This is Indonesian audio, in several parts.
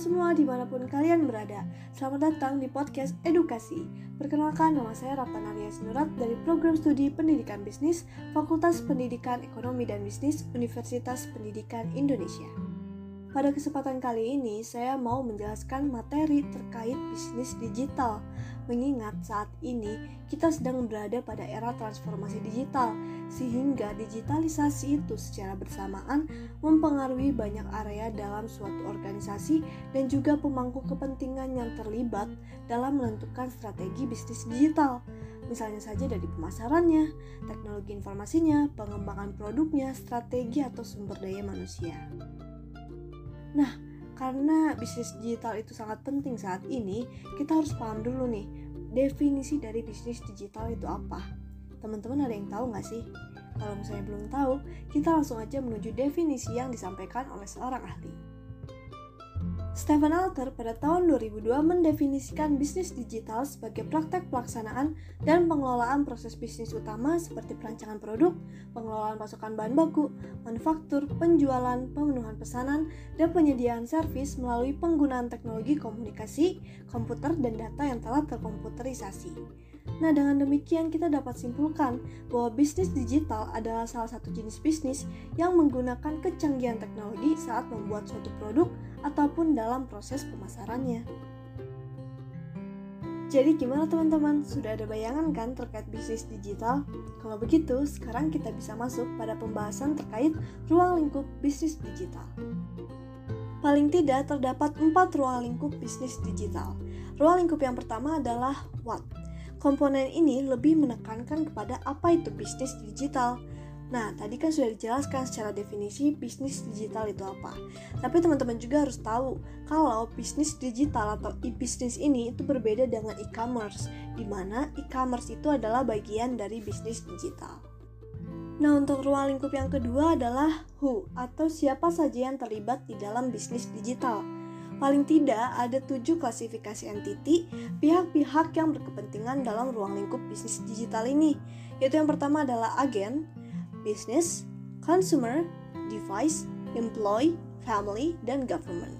semua dimanapun kalian berada. Selamat datang di podcast Edukasi. Perkenalkan, nama saya Ratna Naria Sinurat dari Program Studi Pendidikan Bisnis, Fakultas Pendidikan Ekonomi dan Bisnis, Universitas Pendidikan Indonesia. Pada kesempatan kali ini, saya mau menjelaskan materi terkait bisnis digital. Mengingat saat ini, kita sedang berada pada era transformasi digital, sehingga digitalisasi itu secara bersamaan mempengaruhi banyak area dalam suatu organisasi dan juga pemangku kepentingan yang terlibat dalam menentukan strategi bisnis digital. Misalnya saja dari pemasarannya, teknologi informasinya, pengembangan produknya, strategi atau sumber daya manusia. Nah, karena bisnis digital itu sangat penting saat ini, kita harus paham dulu nih, definisi dari bisnis digital itu apa? Teman-teman ada yang tahu nggak sih? Kalau misalnya belum tahu, kita langsung aja menuju definisi yang disampaikan oleh seorang ahli. Stephen Alter pada tahun 2002 mendefinisikan bisnis digital sebagai praktek pelaksanaan dan pengelolaan proses bisnis utama seperti perancangan produk, pengelolaan pasokan bahan baku, manufaktur, penjualan, pemenuhan pesanan, dan penyediaan servis melalui penggunaan teknologi komunikasi, komputer, dan data yang telah terkomputerisasi. Nah, dengan demikian kita dapat simpulkan bahwa bisnis digital adalah salah satu jenis bisnis yang menggunakan kecanggihan teknologi saat membuat suatu produk ataupun dalam proses pemasarannya. Jadi gimana teman-teman? Sudah ada bayangan kan terkait bisnis digital? Kalau begitu, sekarang kita bisa masuk pada pembahasan terkait ruang lingkup bisnis digital. Paling tidak terdapat 4 ruang lingkup bisnis digital. Ruang lingkup yang pertama adalah what. Komponen ini lebih menekankan kepada apa itu bisnis digital. Nah, tadi kan sudah dijelaskan secara definisi bisnis digital itu apa. Tapi teman-teman juga harus tahu kalau bisnis digital atau e-bisnis ini itu berbeda dengan e-commerce, di mana e-commerce itu adalah bagian dari bisnis digital. Nah, untuk ruang lingkup yang kedua adalah who atau siapa saja yang terlibat di dalam bisnis digital. Paling tidak ada 7 klasifikasi entiti pihak-pihak yang berkepentingan dalam ruang lingkup bisnis digital ini, yaitu yang pertama adalah agen, business, consumer, device, employee, family, dan government.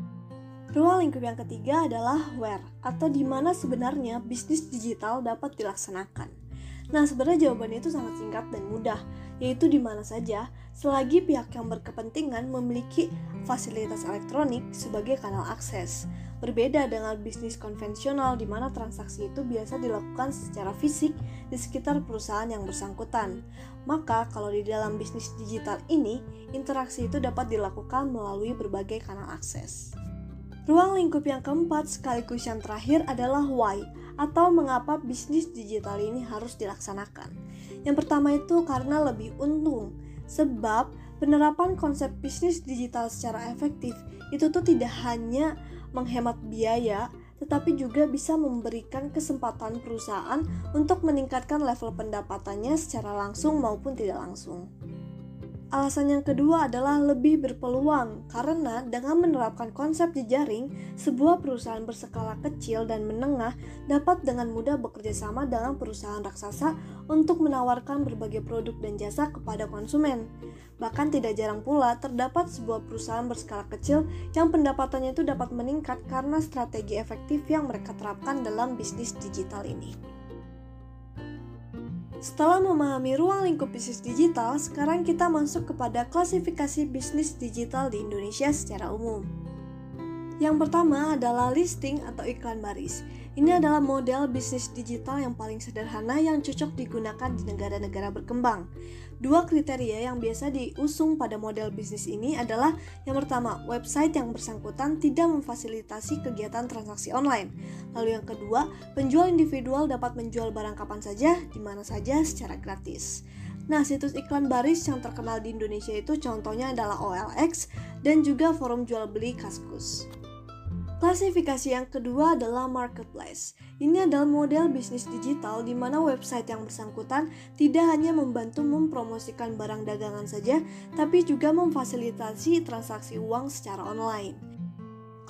Ruang lingkup yang ketiga adalah where atau di mana sebenarnya bisnis digital dapat dilaksanakan. Nah, sebenarnya jawabannya itu sangat singkat dan mudah, yaitu di mana saja selagi pihak yang berkepentingan memiliki fasilitas elektronik sebagai kanal akses. Berbeda dengan bisnis konvensional di mana transaksi itu biasa dilakukan secara fisik di sekitar perusahaan yang bersangkutan. Maka kalau di dalam bisnis digital ini, interaksi itu dapat dilakukan melalui berbagai kanal akses. Ruang lingkup yang keempat sekaligus yang terakhir adalah why atau mengapa bisnis digital ini harus dilaksanakan. Yang pertama itu karena lebih untung, sebab penerapan konsep bisnis digital secara efektif itu tuh tidak hanya menghemat biaya, tetapi juga bisa memberikan kesempatan perusahaan untuk meningkatkan level pendapatannya secara langsung maupun tidak langsung. Alasan yang kedua adalah lebih berpeluang, karena dengan menerapkan konsep jejaring, sebuah perusahaan berskala kecil dan menengah dapat dengan mudah bekerja sama dengan perusahaan raksasa untuk menawarkan berbagai produk dan jasa kepada konsumen. Bahkan tidak jarang pula terdapat sebuah perusahaan berskala kecil yang pendapatannya itu dapat meningkat karena strategi efektif yang mereka terapkan dalam bisnis digital ini. Setelah memahami ruang lingkup bisnis digital, sekarang kita masuk kepada klasifikasi bisnis digital di Indonesia secara umum. Yang pertama adalah listing atau iklan baris. Ini adalah model bisnis digital yang paling sederhana yang cocok digunakan di negara-negara berkembang. 2 kriteria yang biasa diusung pada model bisnis ini adalah yang pertama, website yang bersangkutan tidak memfasilitasi kegiatan transaksi online. Lalu yang kedua, penjual individual dapat menjual barang kapan saja, di mana saja secara gratis. Nah, situs iklan baris yang terkenal di Indonesia itu contohnya adalah OLX dan juga forum jual beli Kaskus. Klasifikasi yang kedua adalah marketplace. Ini adalah model bisnis digital di mana website yang bersangkutan tidak hanya membantu mempromosikan barang dagangan saja, tapi juga memfasilitasi transaksi uang secara online.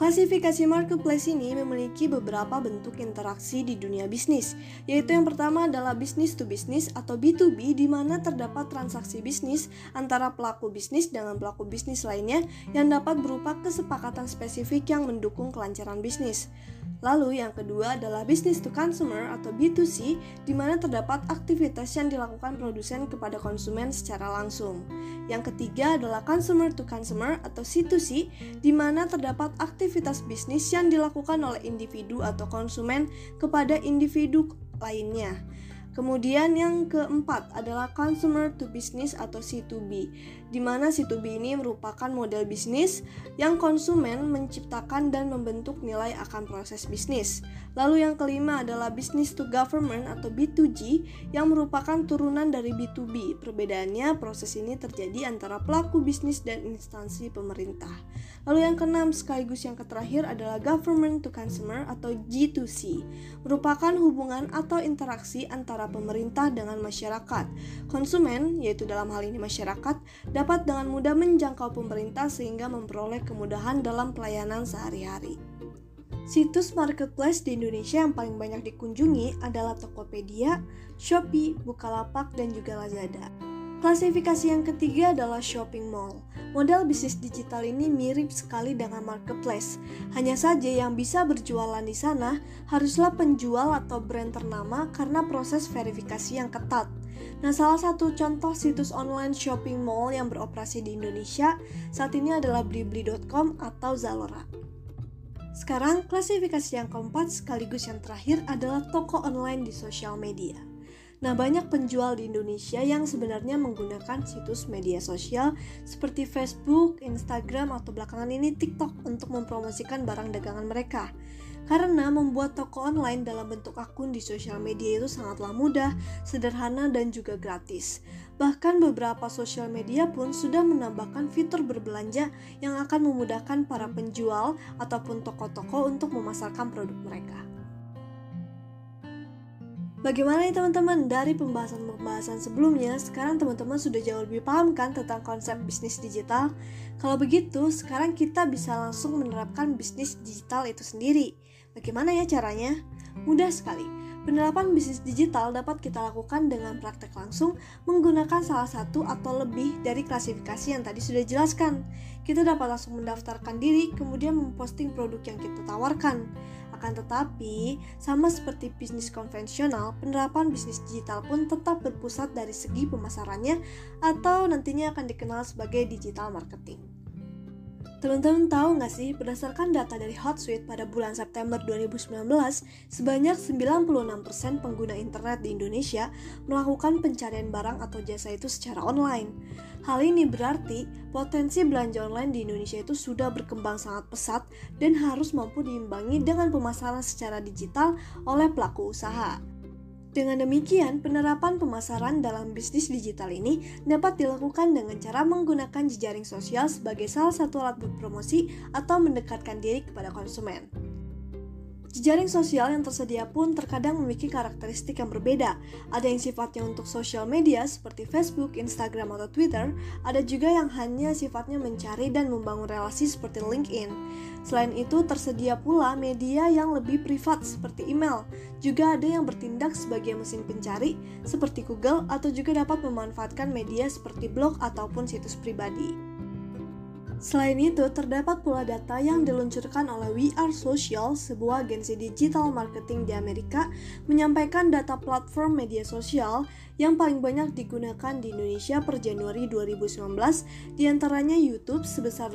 Klasifikasi marketplace ini memiliki beberapa bentuk interaksi di dunia bisnis, yaitu yang pertama adalah business to business atau B2B, di mana terdapat transaksi bisnis antara pelaku bisnis dengan pelaku bisnis lainnya yang dapat berupa kesepakatan spesifik yang mendukung kelancaran bisnis. Lalu yang kedua adalah business to consumer atau B2C, di mana terdapat aktivitas yang dilakukan produsen kepada konsumen secara langsung. Yang ketiga adalah consumer to consumer atau C2C, di mana terdapat aktivitas bisnis yang dilakukan oleh individu atau konsumen kepada individu lainnya. Kemudian yang keempat adalah consumer to business atau C2B, di mana C2B ini merupakan model bisnis yang konsumen menciptakan dan membentuk nilai akan proses bisnis. Lalu yang kelima adalah business to government atau B2G yang merupakan turunan dari B2B. Perbedaannya, proses ini terjadi antara pelaku bisnis dan instansi pemerintah. Lalu yang keenam sekaligus yang terakhir adalah government to consumer atau G2C, merupakan hubungan atau interaksi antara pemerintah dengan masyarakat. Konsumen, yaitu dalam hal ini masyarakat, dapat dengan mudah menjangkau pemerintah sehingga memperoleh kemudahan dalam pelayanan sehari-hari. Situs marketplace di Indonesia yang paling banyak dikunjungi adalah Tokopedia, Shopee, Bukalapak, dan juga Lazada. Klasifikasi yang ketiga adalah shopping mall. Model bisnis digital ini mirip sekali dengan marketplace. Hanya saja yang bisa berjualan di sana haruslah penjual atau brand ternama karena proses verifikasi yang ketat. Nah, salah satu contoh situs online shopping mall yang beroperasi di Indonesia saat ini adalah blibli.com atau Zalora. Sekarang, klasifikasi yang keempat sekaligus yang terakhir adalah toko online di sosial media. Nah, banyak penjual di Indonesia yang sebenarnya menggunakan situs media sosial seperti Facebook, Instagram, atau belakangan ini TikTok untuk mempromosikan barang dagangan mereka. Karena membuat toko online dalam bentuk akun di sosial media itu sangatlah mudah, sederhana, dan juga gratis. Bahkan beberapa sosial media pun sudah menambahkan fitur berbelanja yang akan memudahkan para penjual ataupun toko-toko untuk memasarkan produk mereka. Bagaimana nih teman-teman? Dari pembahasan sebelumnya, sekarang teman-teman sudah jauh lebih paham kan tentang konsep bisnis digital? Kalau begitu, sekarang kita bisa langsung menerapkan bisnis digital itu sendiri. Bagaimana ya caranya? Mudah sekali. Penerapan bisnis digital dapat kita lakukan dengan praktek langsung menggunakan salah satu atau lebih dari klasifikasi yang tadi sudah dijelaskan. Kita dapat langsung mendaftarkan diri, kemudian memposting produk yang kita tawarkan. Akan tetapi, sama seperti bisnis konvensional, penerapan bisnis digital pun tetap berpusat dari segi pemasarannya atau nantinya akan dikenal sebagai digital marketing. Teman-teman tahu nggak sih, berdasarkan data dari Hotsuite pada bulan September 2019, sebanyak 96% pengguna internet di Indonesia melakukan pencarian barang atau jasa itu secara online. Hal ini berarti potensi belanja online di Indonesia itu sudah berkembang sangat pesat dan harus mampu diimbangi dengan pemasaran secara digital oleh pelaku usaha. Dengan demikian, penerapan pemasaran dalam bisnis digital ini dapat dilakukan dengan cara menggunakan jejaring sosial sebagai salah satu alat berpromosi atau mendekatkan diri kepada konsumen. Jejaring sosial yang tersedia pun terkadang memiliki karakteristik yang berbeda. Ada yang sifatnya untuk sosial media seperti Facebook, Instagram, atau Twitter. Ada juga yang hanya sifatnya mencari dan membangun relasi seperti LinkedIn. Selain itu, tersedia pula media yang lebih privat seperti email. Juga ada yang bertindak sebagai mesin pencari seperti Google atau juga dapat memanfaatkan media seperti blog ataupun situs pribadi. Selain itu, terdapat pula data yang diluncurkan oleh We Are Social, sebuah agensi digital marketing di Amerika, menyampaikan data platform media sosial yang paling banyak digunakan di Indonesia per Januari 2019, diantaranya YouTube sebesar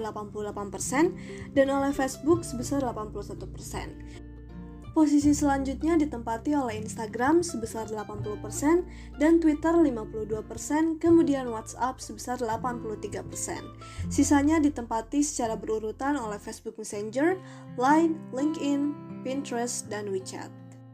88% dan oleh Facebook sebesar 81%. Posisi selanjutnya ditempati oleh Instagram sebesar 80% dan Twitter 52%, kemudian WhatsApp sebesar 83%. Sisanya ditempati secara berurutan oleh Facebook Messenger, Line, LinkedIn, Pinterest, dan WeChat.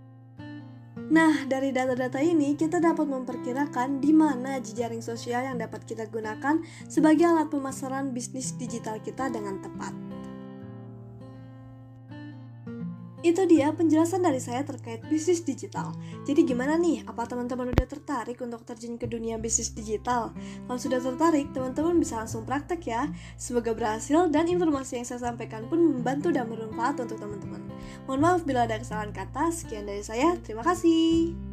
Nah, dari data-data ini kita dapat memperkirakan di mana jejaring sosial yang dapat kita gunakan sebagai alat pemasaran bisnis digital kita dengan tepat. Itu dia penjelasan dari saya terkait bisnis digital. Jadi gimana nih? Apa teman-teman udah tertarik untuk terjun ke dunia bisnis digital? Kalau sudah tertarik, teman-teman bisa langsung praktek ya. Semoga berhasil dan informasi yang saya sampaikan pun membantu dan bermanfaat untuk teman-teman. Mohon maaf bila ada kesalahan kata. Sekian dari saya. Terima kasih.